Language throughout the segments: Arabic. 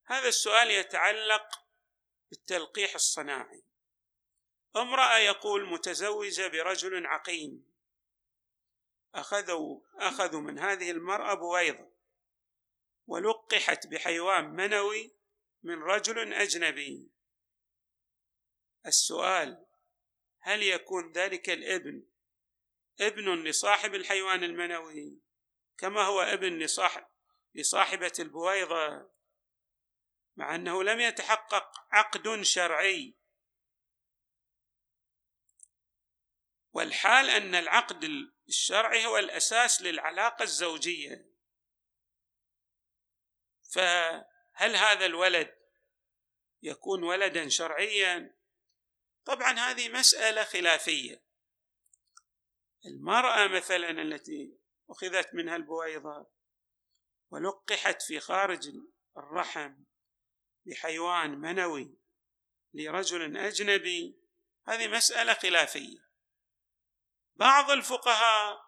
هذا السؤال يتعلق بالتلقيح الصناعي. امرأة يقول متزوجة برجل عقيم، أخذوا من هذه المرأة بويضة ولقحت بحيوان منوي من رجل أجنبي. السؤال: هل يكون ذلك الابن ابن لصاحب الحيوان المنوي كما هو ابن لصاحبة البويضة، مع أنه لم يتحقق عقد شرعي؟ والحال أن العقد الشرعي هو الأساس للعلاقة الزوجية، فهل هذا الولد يكون ولدا شرعيا؟ طبعا هذه مسألة خلافية. المرأة مثلا التي أخذت منها البويضة ولقحت في خارج الرحم بحيوان منوي لرجل أجنبي، هذه مسألة خلافية. بعض الفقهاء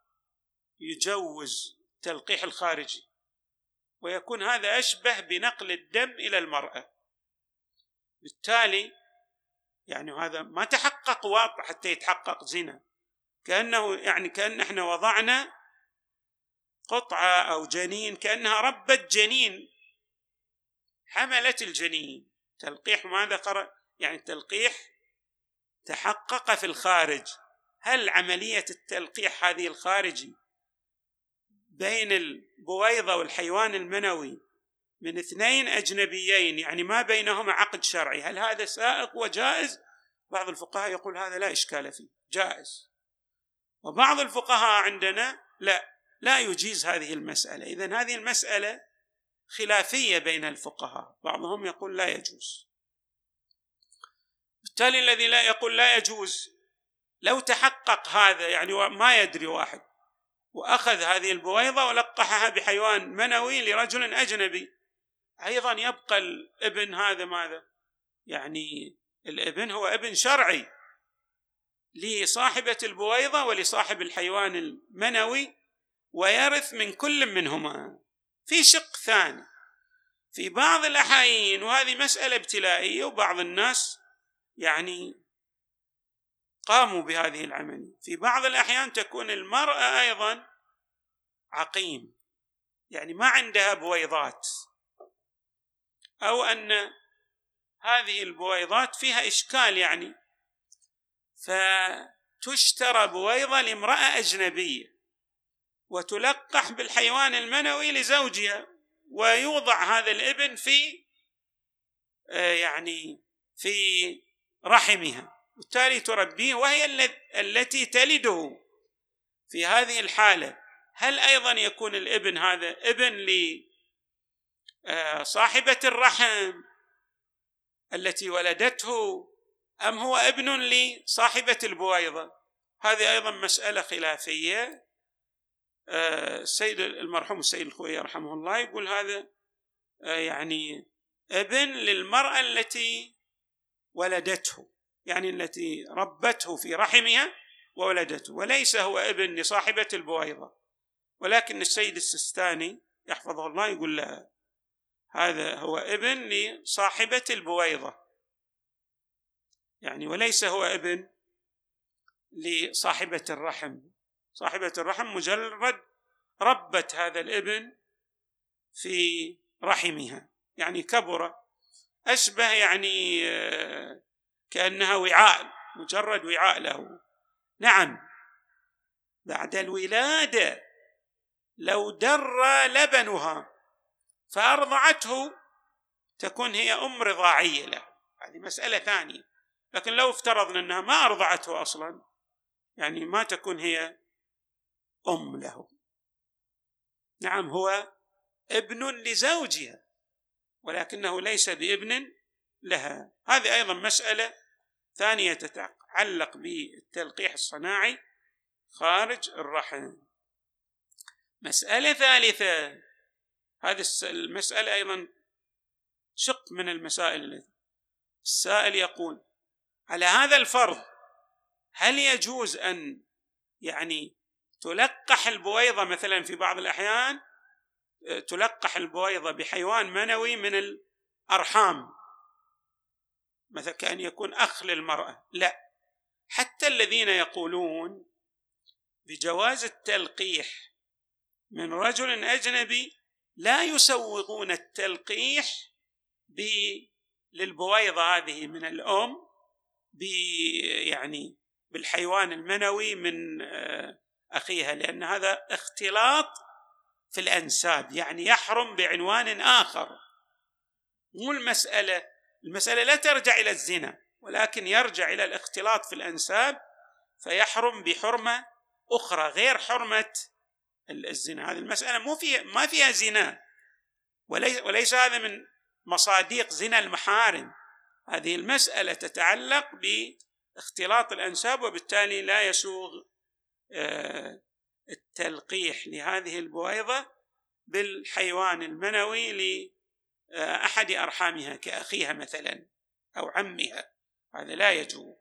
يجوز التلقيح الخارجي ويكون هذا أشبه بنقل الدم إلى المرأة، بالتالي يعني هذا ما تحقق واقع حتى يتحقق زنا، كأن احنا وضعنا قطعة أو جنين، كأنها ربت جنين حملت الجنين. تلقيح ماذا قرأ؟ يعني التلقيح تحقق في الخارج. هل عملية التلقيح هذه الخارجي بين البويضة والحيوان المنوي من اثنين أجنبيين، يعني ما بينهما عقد شرعي، هل هذا سائق وجائز؟ بعض الفقهاء يقول هذا لا إشكال فيه، جائز. وبعض الفقهاء عندنا لا يجيز هذه المسألة. إذن هذه المسألة خلافية بين الفقهاء، بعضهم يقول لا يجوز. بالتالي الذي لا يقول لا يجوز، لو تحقق هذا يعني ما يدري واحد وأخذ هذه البويضة ولقحها بحيوان منوي لرجل أجنبي، أيضا يبقى الابن هذا ماذا؟ يعني الابن هو ابن شرعي لصاحبة البويضة ولصاحب الحيوان المنوي، ويرث من كل منهما. في شق ثاني، في بعض الأحايين، وهذه مسألة ابتلائية وبعض الناس يعني قاموا بهذه العملية، في بعض الأحيان تكون المرأة أيضا عقيم، يعني ما عندها بويضات، أو أن هذه البويضات فيها إشكال يعني، فتشترى بويضة لامرأة أجنبية وتلقح بالحيوان المنوي لزوجها، ويوضع هذا الابن في رحمها، بالتالي تربيه وهي التي تلده. في هذه الحالة هل أيضا يكون الابن هذا ابن لصاحبة الرحم التي ولدته، أم هو ابن لصاحبة البويضة؟ هذه أيضا مسألة خلافية. السيد المرحوم السيد الخوئي رحمه الله يقول هذا يعني ابن للمرأة التي ولدته، يعني التي ربته في رحمها وولدته، وليس هو ابن لصاحبة البويضة. ولكن السيد السستاني يحفظه الله يقول لا، هذا هو ابن لصاحبة البويضة، يعني وليس هو ابن لصاحبة الرحم. صاحبة الرحم مجرد ربت هذا الابن في رحمها، يعني كبر، أشبه يعني كأنها وعاء، مجرد وعاء له. نعم، بعد الولادة لو در لبنها فأرضعته تكون هي أم رضاعية له، هذه مسألة ثانية. لكن لو افترضنا أنها ما أرضعته أصلا، يعني ما تكون هي أم له. نعم، هو ابن لزوجها ولكنه ليس بابن لها. هذه أيضا مسألة ثانية تتعلق بالتلقيح الصناعي خارج الرحم. مسألة ثالثة، هذه المسألة أيضا شق من المسائل التي السائل يقول على هذا الفرض هل يجوز أن يعني تلقح البويضة مثلا في بعض الأحيان تلقح البويضة بحيوان منوي من أرحام، مثلا كأن يكون أخ للمرأة، لا، حتى الذين يقولون بجواز التلقيح من رجل أجنبي لا يسوغون التلقيح للبويضة هذه من الأم يعني بالحيوان المنوي من أخيها، لأن هذا اختلاط في الأنساب، يعني يحرم بعنوان آخر. مو المسألة لا ترجع إلى الزنا، ولكن يرجع إلى الاختلاط في الأنساب، فيحرم بحرمة أخرى غير حرمة الزنا. هذه المسألة ما فيها زنا، وليس هذا من مصاديق زنا المحارم. هذه المسألة تتعلق باختلاط الأنساب، وبالتالي لا يسوغ التلقيح لهذه البويضة بالحيوان المنوي لأحد أرحامها كأخيها مثلا أو عمها، هذا لا يجوز.